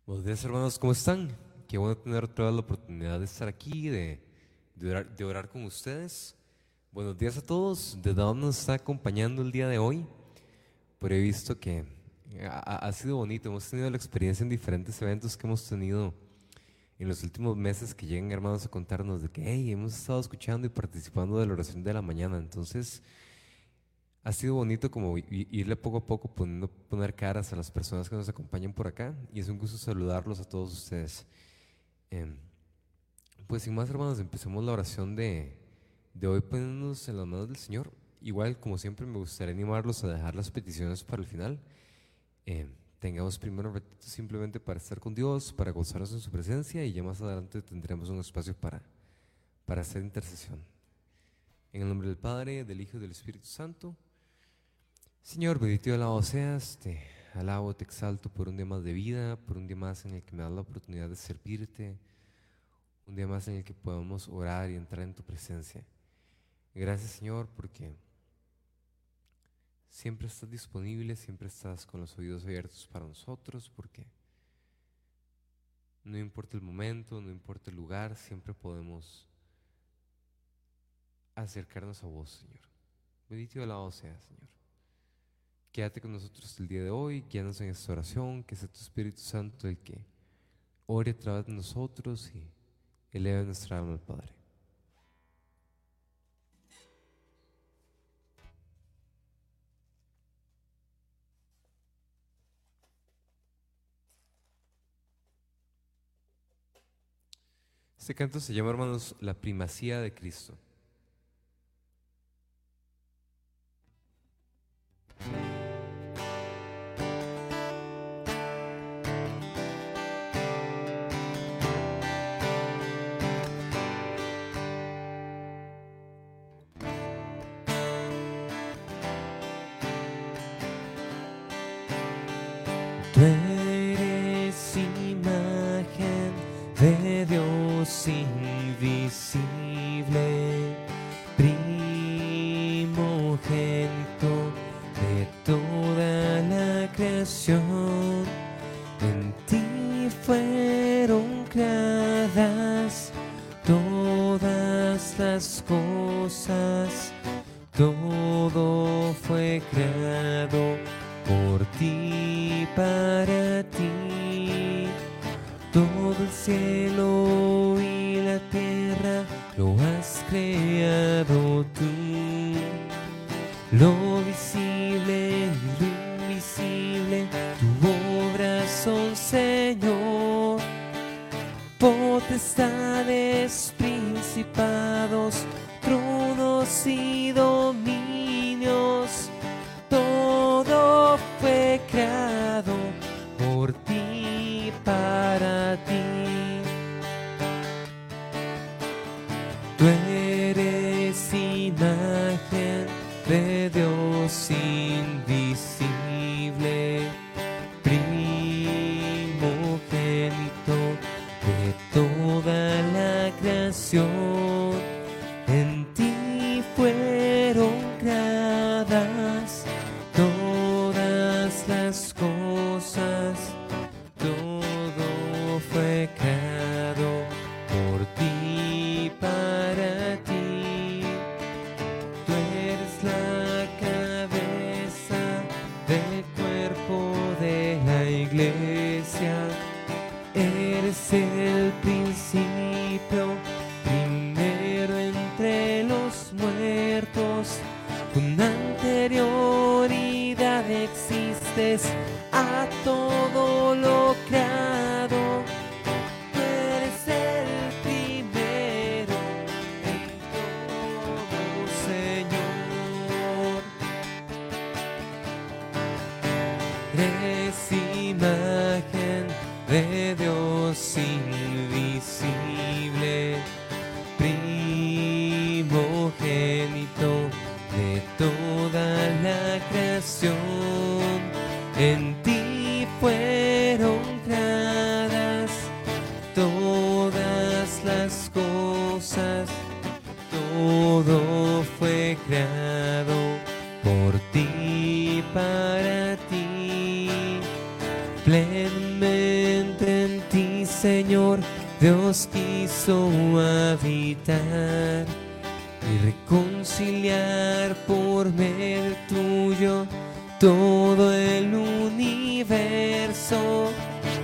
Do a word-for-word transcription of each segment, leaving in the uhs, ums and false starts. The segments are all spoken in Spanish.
Buenos días, hermanos, ¿cómo están? Qué bueno tener otra vez la oportunidad de estar aquí, de, de orar, de orar con ustedes. Buenos días a todos. ¿Desde dónde nos está acompañando el día de hoy? Pero he visto que ha, ha sido bonito. Hemos tenido la experiencia en diferentes eventos que hemos tenido en los últimos meses, que llegan hermanos a contarnos de que hey, hemos estado escuchando y participando de la oración de la mañana. Entonces, ha sido bonito como i- irle poco a poco poniendo, poner caras a las personas que nos acompañan por acá, y es un gusto saludarlos a todos ustedes. Em, pues sin más, hermanos, empecemos la oración de, de hoy poniéndonos en las manos del Señor. Igual, como siempre, me gustaría animarlos a dejar las peticiones para el final. Em, tengamos primero un ratito simplemente para estar con Dios, para gozarnos en su presencia, y ya más adelante tendremos un espacio para, para hacer intercesión. En el nombre del Padre, del Hijo y del Espíritu Santo. Señor, bendito y alabado seas, te alabo, te exalto por un día más de vida, por un día más en el que me das la oportunidad de servirte, un día más en el que podamos orar y entrar en tu presencia. Gracias, Señor, porque siempre estás disponible, siempre estás con los oídos abiertos para nosotros, porque no importa el momento, no importa el lugar, siempre podemos acercarnos a vos, Señor. Bendito y alabado seas, Señor. Quédate con nosotros el día de hoy, guíanos en esta oración, que sea tu Espíritu Santo el que ore a través de nosotros y eleve nuestra alma al Padre. Este canto se llama, hermanos, La primacía de Cristo. Tú eres imagen de Dios invisible, primogénito de toda la creación. En ti fueron creadas todas las cosas, todo fue creado por ti, para ti. Todo el cielo y la tierra lo has creado tú. Lo visible y lo invisible, tu obra son, Señor. Potestades, principados, tronos y dominios, todo fue creado por ti, para ti. Tú eres imagen de Dios invisible, primogénito de toda la creación. En ti fueron creadas todas las cosas, todo fue creado por ti, para ti. Tú eres la cabeza del cuerpo de la iglesia, eres el principio, primero entre los muertos, con anterioridad existes a todo lo creado. Tú eres el primero en todo, Señor. Eres imagen de Dios invisible, primogénito de toda la creación. En ti fueron creadas todas las cosas, todo fue creado por ti, para ti. Plenamente Señor Dios quiso habitar y reconciliar por medio tuyo todo el universo.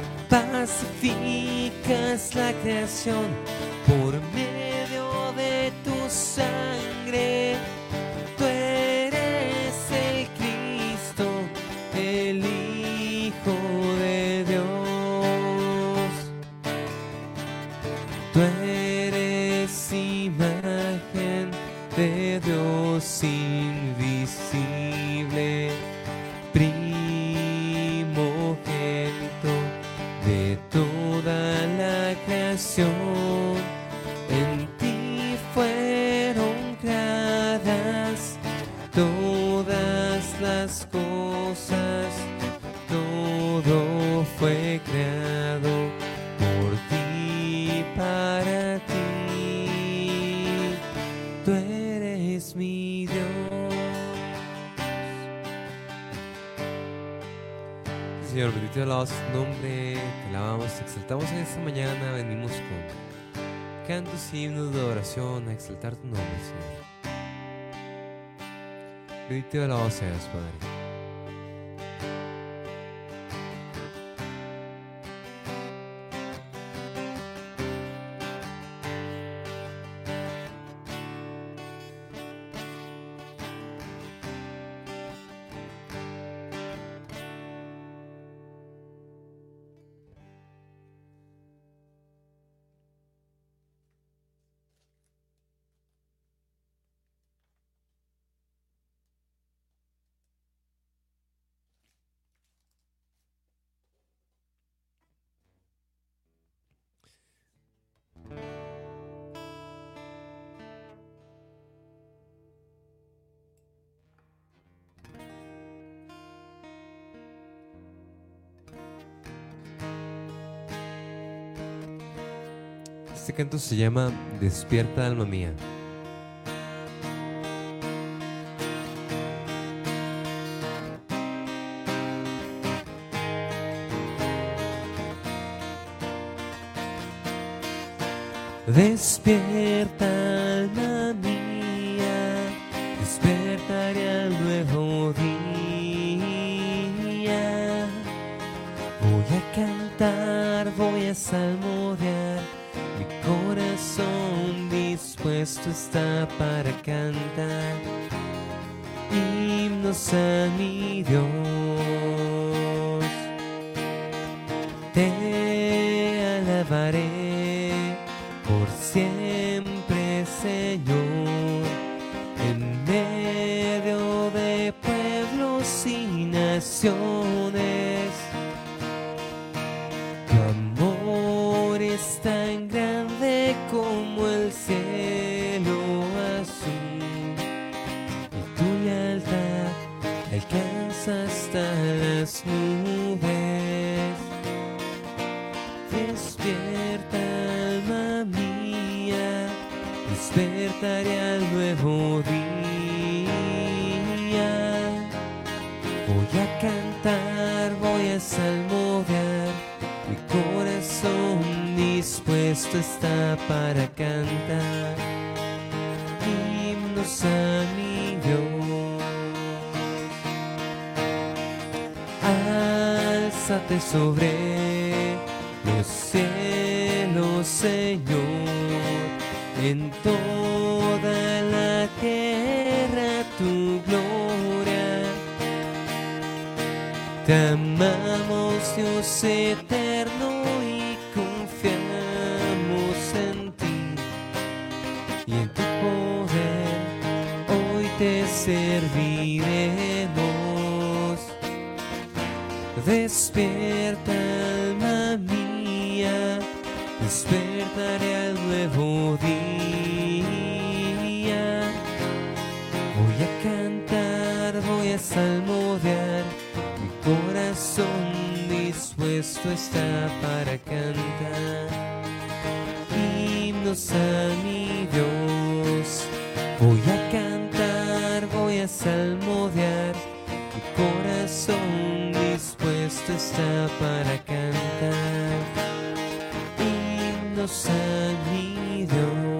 Pacificas la creación por medio de tu sangre. Tú eres el Cristo, el Hijo de Dios. Tú eres imagen de Dios invisible, primogénito de toda la creación. En ti fueron creadas todas las cosas, todo fue creado por ti, para ti. Tú eres mi Dios. Señor, bendito y alabado es tu nombre, te alabamos, te exaltamos en esta mañana, venimos con cantos y himnos de adoración a exaltar tu nombre, Señor. Bendito y alabado seas, Padre. Este canto se llama Despierta, alma mía. Despierta, alma mía, despertaré al nuevo día. Voy a cantar, voy a salmodiar, mi corazón dispuesto está para cantar himnos a mi Dios. Te alabaré por siempre, Señor, en medio de pueblos y naciones. Tu amor es tan grande como el cielo azul, y tu lealtad alcanza hasta las nubes. Despierta, alma mía, despertaré al nuevo día. Voy a cantar, voy a salmodiar, mi corazón dispuesto está para cantar himnos a mi Dios. Álzate sobre los cielos, Señor, en toda la tierra tu gloria. Te amamos, Dios eterno, y confiamos en ti y en tu poder. Hoy te serviremos. Despierta, alma mía, despertaré al nuevo día. Voy a cantar, voy a salmodiar, mi corazón dispuesto está para cantar himnos a mi Dios. Voy a cantar, voy a salmodiar, mi corazón dispuesto está para cantar gloriosa mi Dios.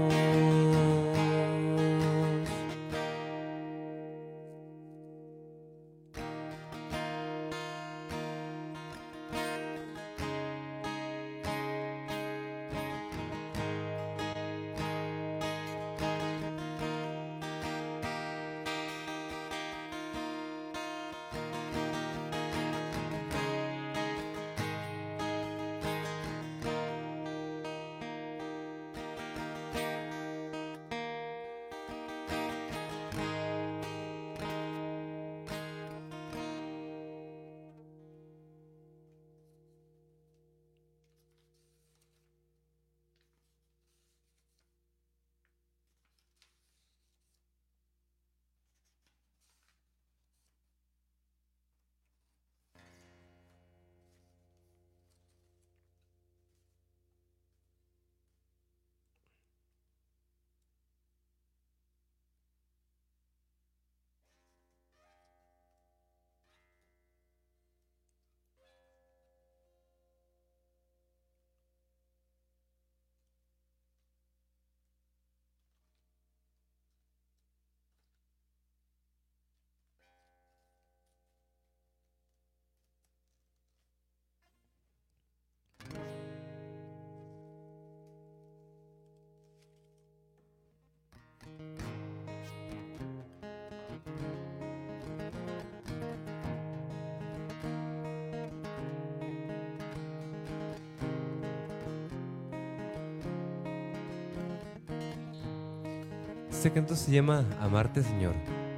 Este canto se llama Amarte, Señor.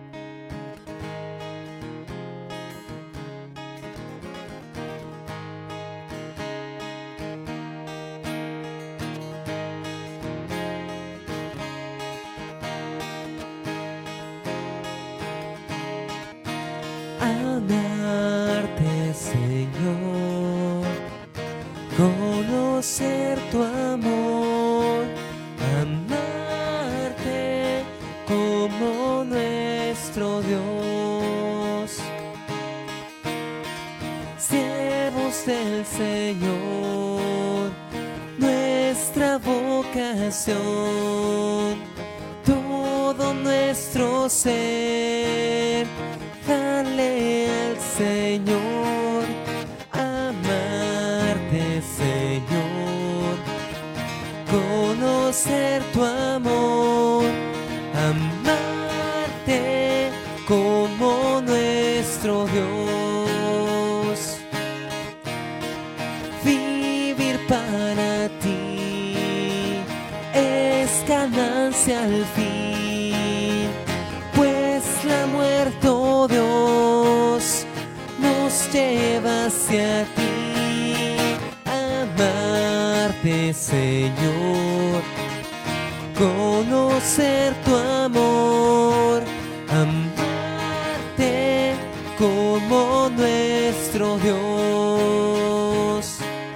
Amarte, Señor, conocer tu amor, amarte como nuestro Dios, siervos del Señor, nuestra vocación, todo nuestro ser, dale al Señor, amarte, Señor, conocer tu amor, amarte como nuestro Dios, vivir para ti es ganancia al fin, pues la muerte, oh Dios, nos lleva hacia ti, amarte, Señor, conocer tu amor, amarte como nuestro Dios,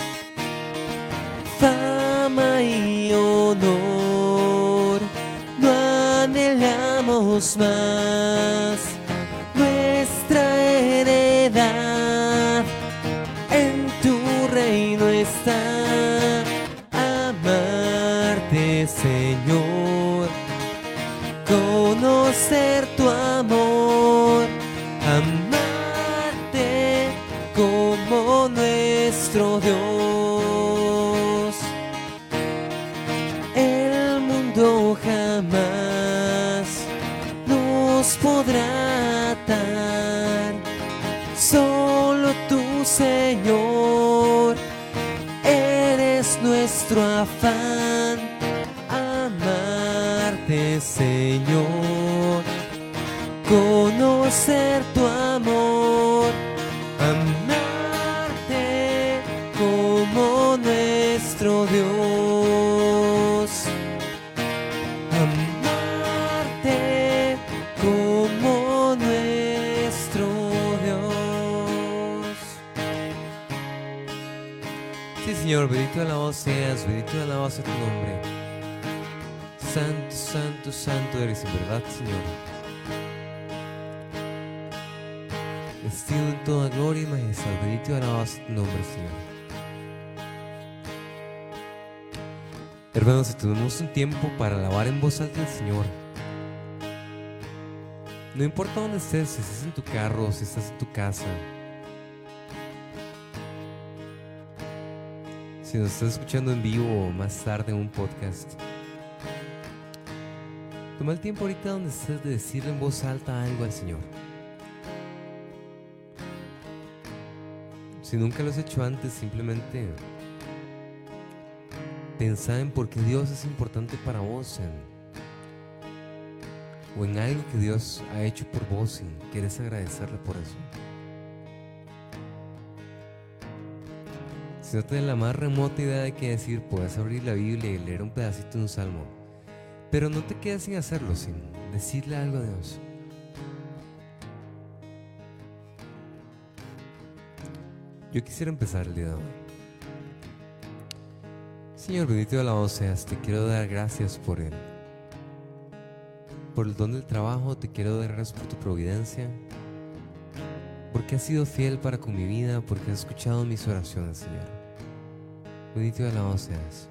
fama y honor no anhelamos más, nuestra heredad en tu reino está, amarte, Señor, conocer tu amor, amarte como nuestro Dios. El mundo jamás nos podrá atar, solo tú, Señor, eres nuestro afán, amarte, Señor, conocer tu amor, amarte como nuestro Dios, amarte como nuestro Dios. Sí, Señor, bendito y alabado seas, bendito y alabado sea tu nombre. Santo, santo, santo eres en verdad, Señor. Vestido en toda gloria y majestad, bendito y alabado sea tu nombre, Señor. Hermanos, si tenemos un tiempo para alabar en voz alta al Señor, no importa dónde estés, si estás en tu carro, si estás en tu casa, si nos estás escuchando en vivo o más tarde en un podcast, toma el tiempo ahorita donde estés de decirle en voz alta algo al Señor. Si nunca lo has hecho antes, simplemente pensá en por qué Dios es importante para vos, en, o en algo que Dios ha hecho por vos y quieres agradecerle por eso. Si no tienes la más remota idea de qué decir, puedes abrir la Biblia y leer un pedacito de un salmo, pero no te quedes sin hacerlo, sin decirle algo a Dios. Yo quisiera empezar el día de hoy. Señor, bendito y alabado seas, te quiero dar gracias por él. Por el don del trabajo, te quiero dar gracias por tu providencia, porque has sido fiel para con mi vida, porque has escuchado mis oraciones, Señor. Bendito y alabado seas.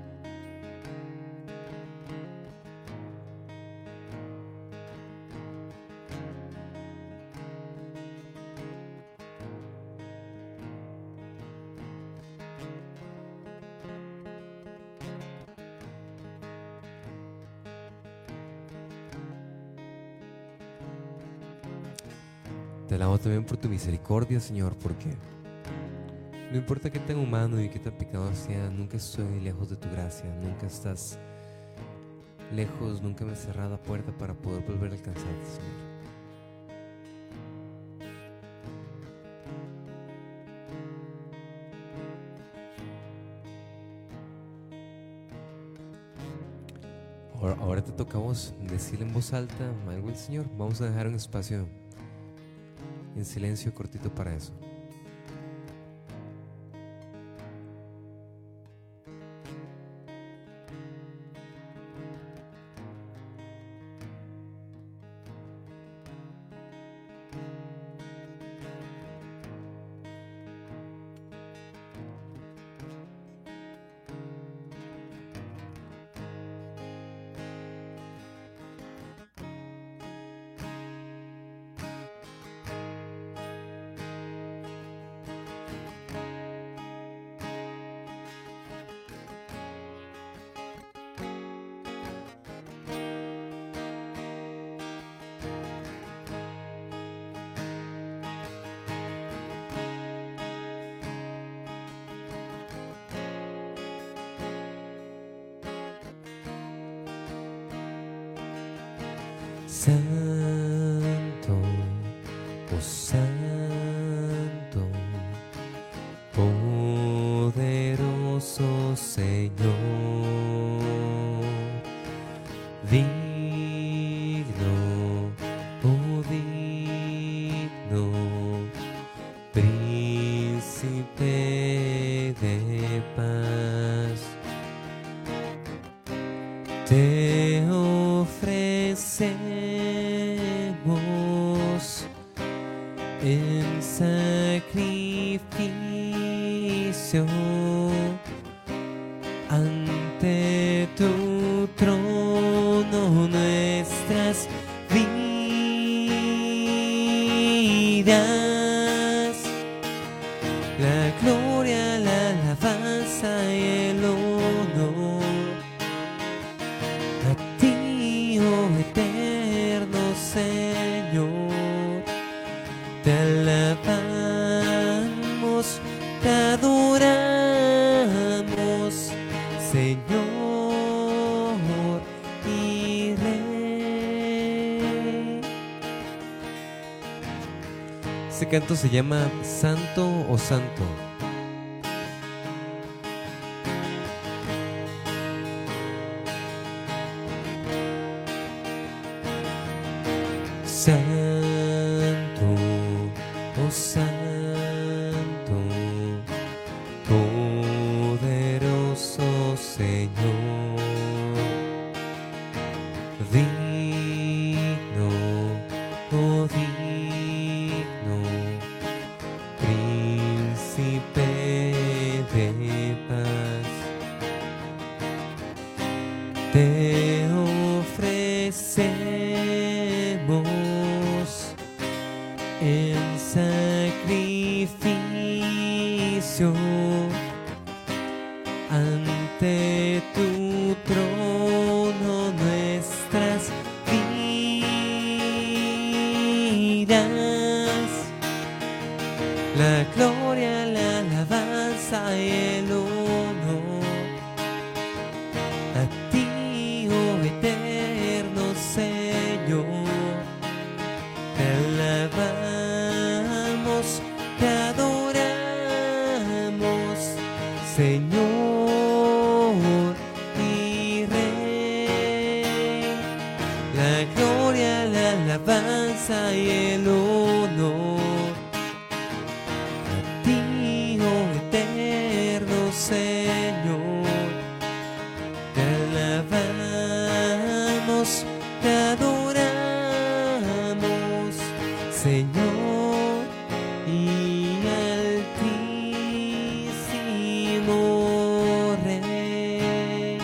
Te alabo también por tu misericordia, Señor, porque no importa qué tan humano y qué tan pecador sea, nunca estoy lejos de tu gracia, nunca estás lejos, nunca me cerrada la puerta para poder volver a alcanzarte, Señor. Ahora, ahora te toca a vos decirle en voz alta algo al Señor. Vamos a dejar un espacio en silencio cortito para eso. Santo, oh Santo, poderoso Señor, digno, oh digno, príncipe de paz, te ofrecemos en sacrificio ante tu trono nuestras vidas, la gloria, la alabanza y el honor a ti, oh eterno Señor. Te alabamos, te adoramos, Señor y Rey. Este canto se llama Santo o Santo. Santo, oh Santo, poderoso Señor, digno, oh digno, príncipe de paz, ante tu trono nuestras vidas. La gloria, la alabanza y el honor a ti, oh eterno Señor. Te alabamos, te adoramos, Señor y Rey. La gloria, la alabanza y el honor a ti, oh eterno Señor. Te alabamos, te adoramos, Señor y altísimo Rey.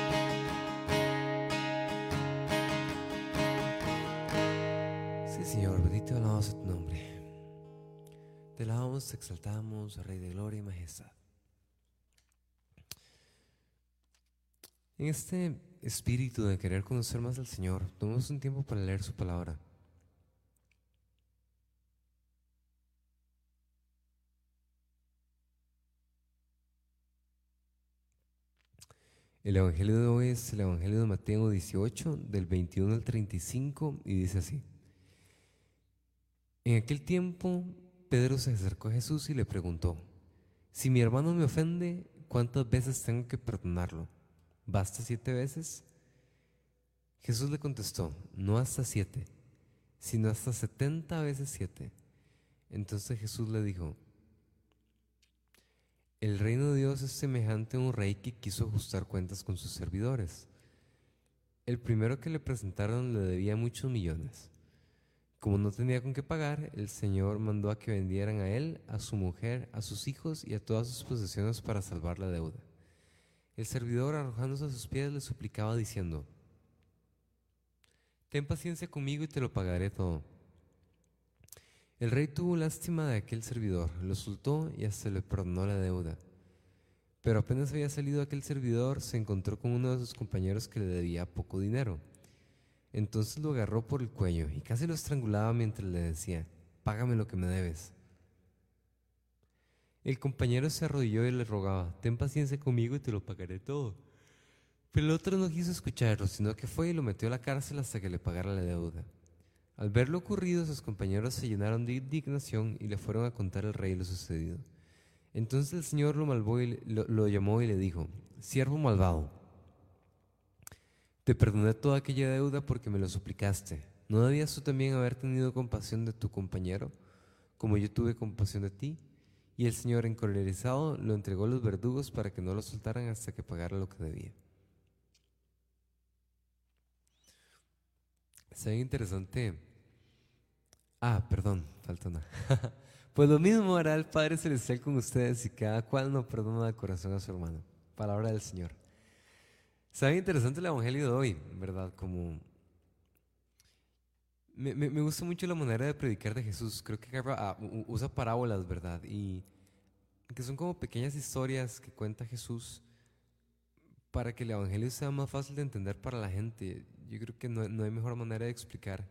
Sí, Señor, bendito y alabado sea tu nombre. Te alabamos, te exaltamos, Rey de gloria y majestad. En este espíritu de querer conocer más al Señor, tomemos un tiempo para leer su palabra. El evangelio de hoy es el evangelio de Mateo dieciocho, del veintiuno al treinta y cinco, y dice así: En aquel tiempo, Pedro se acercó a Jesús y le preguntó: Si mi hermano me ofende, ¿cuántas veces tengo que perdonarlo? ¿Basta siete veces? Jesús le contestó: No hasta siete, sino hasta setenta veces siete. Entonces Jesús le dijo: El reino de Dios es semejante a un rey que quiso ajustar cuentas con sus servidores. El primero que le presentaron le debía muchos millones. Como no tenía con qué pagar, el Señor mandó a que vendieran a él, a su mujer, a sus hijos y a todas sus posesiones para salvar la deuda. El servidor, arrojándose a sus pies, le suplicaba diciendo: Ten paciencia conmigo y te lo pagaré todo. El rey tuvo lástima de aquel servidor, lo soltó y hasta le perdonó la deuda. Pero apenas había salido aquel servidor, se encontró con uno de sus compañeros que le debía poco dinero. Entonces lo agarró por el cuello y casi lo estrangulaba mientras le decía: Págame lo que me debes. El compañero se arrodilló y le rogaba: Ten paciencia conmigo y te lo pagaré todo. Pero el otro no quiso escucharlo, sino que fue y lo metió a la cárcel hasta que le pagara la deuda. Al ver lo ocurrido, sus compañeros se llenaron de indignación y le fueron a contar al rey lo sucedido. Entonces el Señor lo, malvó y lo, lo llamó y le dijo: Siervo malvado, te perdoné toda aquella deuda porque me lo suplicaste. ¿No debías tú también haber tenido compasión de tu compañero, como yo tuve compasión de ti? Y el Señor, encolerizado, lo entregó a los verdugos para que no lo soltaran hasta que pagara lo que debía. Está bien interesante. Ah, perdón, falta una. Pues lo mismo hará el Padre Celestial con ustedes, y cada cual no perdona de corazón a su hermano. Palabra del Señor. Está bien interesante el evangelio de hoy, ¿verdad? Como me, me, me gusta mucho la manera de predicar de Jesús. Creo que ah, usa parábolas, ¿verdad? Y que son como pequeñas historias que cuenta Jesús para que el evangelio sea más fácil de entender para la gente. Yo creo que no, no hay mejor manera de explicar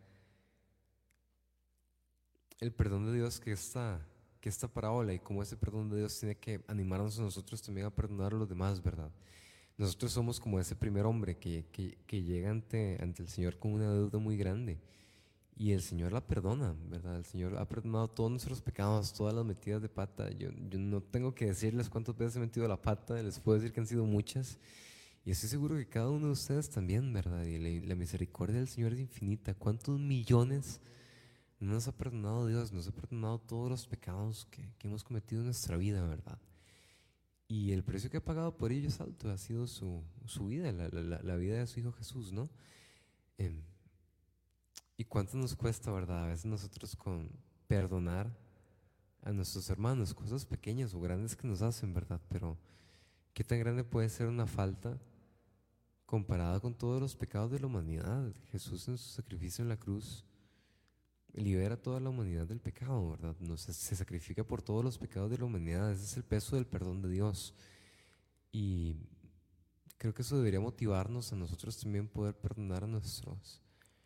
el perdón de Dios que esta, que esta parábola, y cómo ese perdón de Dios tiene que animarnos a nosotros también a perdonar a los demás, ¿verdad? Nosotros somos como ese primer hombre que, que, que llega ante, ante el Señor con una deuda muy grande, y el Señor la perdona, ¿verdad? El Señor ha perdonado todos nuestros pecados, todas las metidas de pata. Yo, yo no tengo que decirles cuántas veces he metido la pata, les puedo decir que han sido muchas, y estoy seguro que cada uno de ustedes también, ¿verdad? Y la, la misericordia del Señor es infinita. ¿Cuántos millones nos ha perdonado Dios? Nos ha perdonado todos los pecados que, que hemos cometido en nuestra vida, ¿verdad? Y el precio que ha pagado por ello es alto, ha sido su, su vida, la, la, la vida de su Hijo Jesús, ¿no? Eh, ¿Y cuánto nos cuesta, verdad? A veces nosotros con perdonar a nuestros hermanos, cosas pequeñas o grandes que nos hacen, ¿verdad? Pero ¿qué tan grande puede ser una falta comparada con todos los pecados de la humanidad? Jesús, en su sacrificio en la cruz, libera a toda la humanidad del pecado, ¿verdad? No, se, se sacrifica por todos los pecados de la humanidad. Ese es el peso del perdón de Dios. Y creo que eso debería motivarnos a nosotros también poder perdonar a nuestros,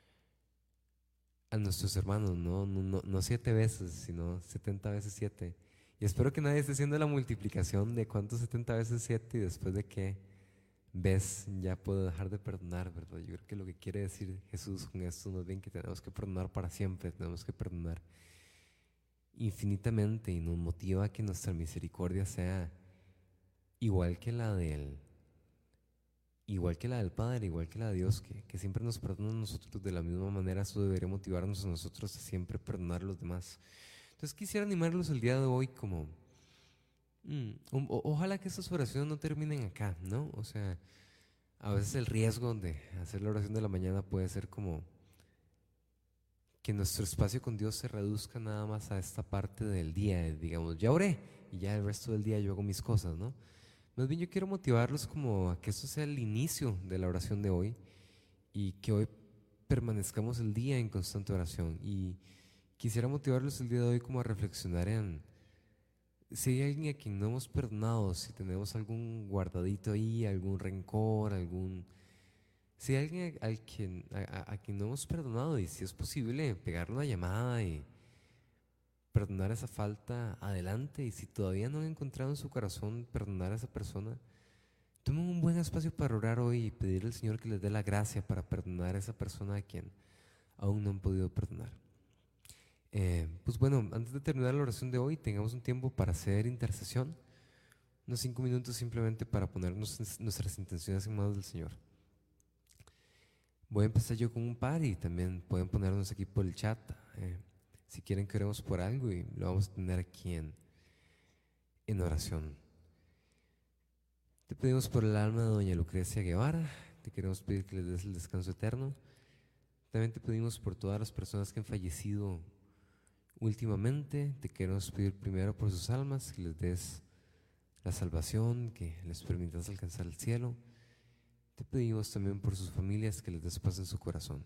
a nuestros hermanos, no, no, no, no siete veces, sino setenta veces siete. Y espero que nadie esté haciendo la multiplicación de cuántos setenta veces siete y después de qué ves ya puedo dejar de perdonar, ¿verdad? Yo creo que lo que quiere decir Jesús con esto no es bien que tenemos que perdonar para siempre, tenemos que perdonar infinitamente y nos motiva a que nuestra misericordia sea igual que la del igual que la del Padre, igual que la de Dios, que, que siempre nos perdona a nosotros de la misma manera. Eso debería motivarnos a nosotros a siempre perdonar a los demás. Entonces quisiera animarlos el día de hoy como mm, o, ojalá que estas oraciones no terminen acá, ¿no? O sea, a veces el riesgo de hacer la oración de la mañana puede ser como que nuestro espacio con Dios se reduzca nada más a esta parte del día, digamos, ya oré y ya el resto del día yo hago mis cosas, ¿no? Más bien yo quiero motivarlos como a que esto sea el inicio de la oración de hoy y que hoy permanezcamos el día en constante oración. Y quisiera motivarlos el día de hoy como a reflexionar en si hay alguien a quien no hemos perdonado, si tenemos algún guardadito ahí, algún rencor, algún... Si hay alguien al quien, a, a- a quien no hemos perdonado y si es posible pegarle una llamada y perdonar esa falta adelante, y si todavía no han encontrado en su corazón perdonar a esa persona, tomen un buen espacio para orar hoy y pedirle al Señor que les dé la gracia para perdonar a esa persona a quien aún no han podido perdonar. Eh, pues bueno, antes de terminar la oración de hoy, tengamos un tiempo para hacer intercesión, unos cinco minutos simplemente para ponernos nuestras intenciones en manos del Señor. Voy a empezar yo con un par y también pueden ponernos aquí por el chat eh, si quieren que oremos por algo y lo vamos a tener aquí en, en oración. Te pedimos por el alma de doña Lucrecia Guevara, te queremos pedir que les des el descanso eterno. También te pedimos por todas las personas que han fallecido últimamente, te queremos pedir primero por sus almas, que les des la salvación, que les permitas alcanzar el cielo. Te pedimos también por sus familias, que les des paz en su corazón.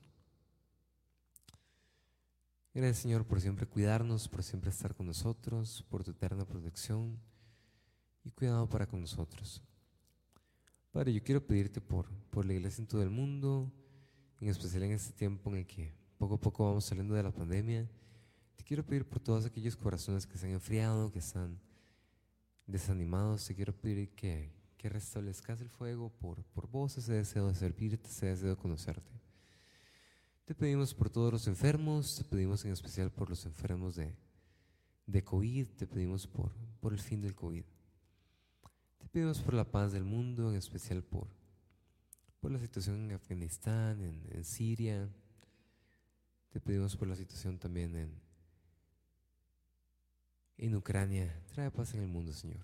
Gracias, Señor, por siempre cuidarnos, por siempre estar con nosotros, por tu eterna protección y cuidado para con nosotros. Padre, yo quiero pedirte por, por la iglesia en todo el mundo, en especial en este tiempo en el que poco a poco vamos saliendo de la pandemia. Te quiero pedir por todos aquellos corazones que se han enfriado, que están desanimados. Te quiero pedir que, que restablezcas el fuego por, por vos, ese deseo de servirte, ese deseo de conocerte. Te pedimos por todos los enfermos, te pedimos en especial por los enfermos de, de COVID, te pedimos por, por el fin del COVID. Te pedimos por la paz del mundo, en especial por, por la situación en Afganistán, en, en Siria. Te pedimos por la situación también en, en Ucrania. Trae paz en el mundo, Señor.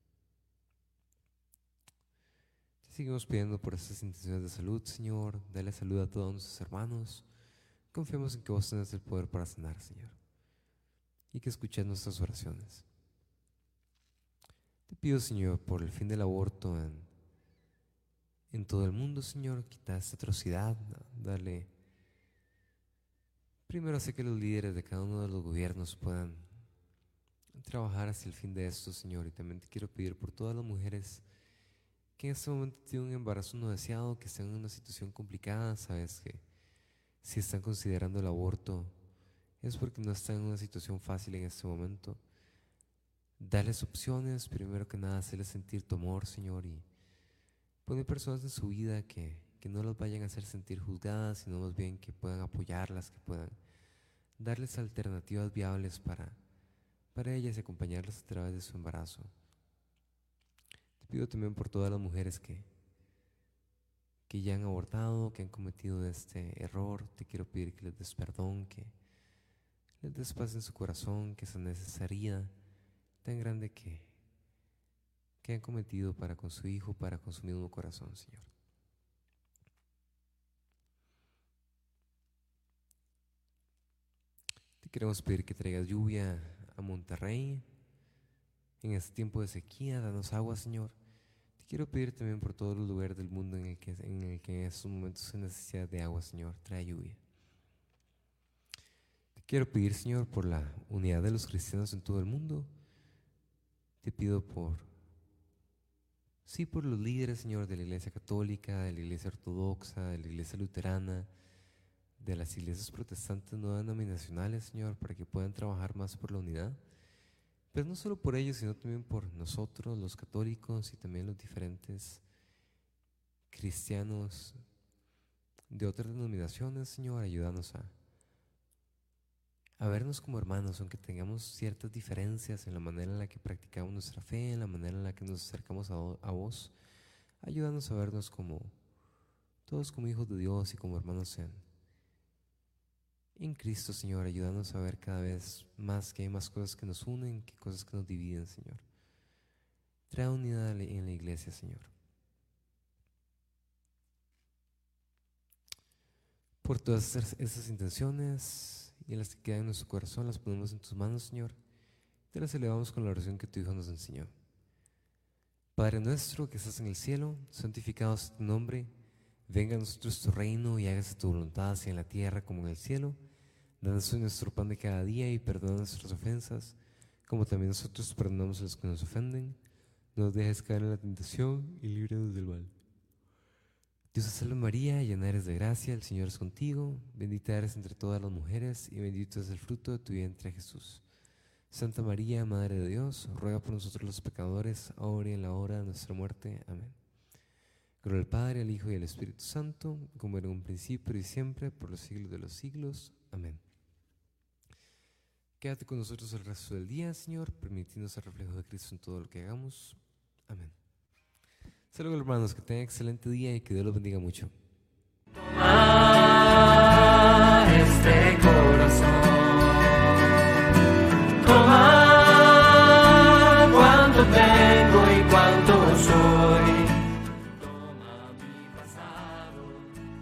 Te seguimos pidiendo por estas intenciones de salud, Señor. Dale salud a todos nuestros hermanos. Confiamos en que vos tenés el poder para sanar, Señor, y que escuches nuestras oraciones. Te pido, Señor, por el fin del aborto en, en todo el mundo, Señor. Quita esta atrocidad, dale. Primero, hace que los líderes de cada uno de los gobiernos puedan trabajar hacia el fin de esto, Señor. Y también te quiero pedir por todas las mujeres que en este momento tienen un embarazo no deseado, que están en una situación complicada. Sabes que si están considerando el aborto es porque no están en una situación fácil en este momento. Darles opciones, primero que nada, hacerles sentir tu amor, Señor, y poner personas en su vida que, que no las vayan a hacer sentir juzgadas, sino más bien que puedan apoyarlas, que puedan darles alternativas viables para, para ellas y acompañarlas a través de su embarazo. Te pido también por todas las mujeres que, que ya han abortado, que han cometido este error. Te quiero pedir que les des perdón, que les des paz en su corazón, que esa necesidad tan grande que, que han cometido para con su hijo, para con su mismo corazón, Señor. Te queremos pedir que traigas lluvia a Monterrey en este tiempo de sequía. Danos agua, Señor. Te quiero pedir también por todos los lugares del mundo en el que en, el que en estos momentos hay necesidad de agua, Señor. Trae lluvia. Te quiero pedir, Señor, por la unidad de los cristianos en todo el mundo. Te pido por Sí, por los líderes, Señor, de la Iglesia Católica, de la Iglesia Ortodoxa, de la Iglesia Luterana, de las iglesias protestantes no denominacionales, Señor, para que puedan trabajar más por la unidad. Pero no solo por ellos, sino también por nosotros, los católicos, y también los diferentes cristianos de otras denominaciones, Señor. Ayúdanos a, a vernos como hermanos, aunque tengamos ciertas diferencias en la manera en la que practicamos nuestra fe, en la manera en la que nos acercamos a, a vos. Ayúdanos a vernos como todos como hijos de Dios y como hermanos en, en Cristo, Señor. Ayúdanos a ver cada vez más que hay más cosas que nos unen que cosas que nos dividen, Señor. Trae unidad en la iglesia, Señor. Por todas esas intenciones y las que quedan en nuestro corazón, las ponemos en tus manos, Señor. Te las elevamos con la oración que tu Hijo nos enseñó. Padre nuestro que estás en el cielo, santificado sea tu nombre. Venga a nosotros tu reino y hágase tu voluntad, así en la tierra como en el cielo. Danos hoy nuestro pan de cada día y perdona nuestras ofensas, como también nosotros perdonamos a los que nos ofenden. No nos dejes caer en la tentación y líbranos del mal. Dios te salve María, llena eres de gracia, el Señor es contigo. Bendita eres entre todas las mujeres y bendito es el fruto de tu vientre, Jesús. Santa María, Madre de Dios, ruega por nosotros los pecadores, ahora y en la hora de nuestra muerte. Amén. Gloria al Padre, al Hijo y al Espíritu Santo, como era en un principio y siempre, por los siglos de los siglos. Amén. Quédate con nosotros el resto del día, Señor, permitiéndonos el reflejo de Cristo en todo lo que hagamos. Amén. Saludos, hermanos, que tengan excelente día y que Dios los bendiga mucho. Tomar este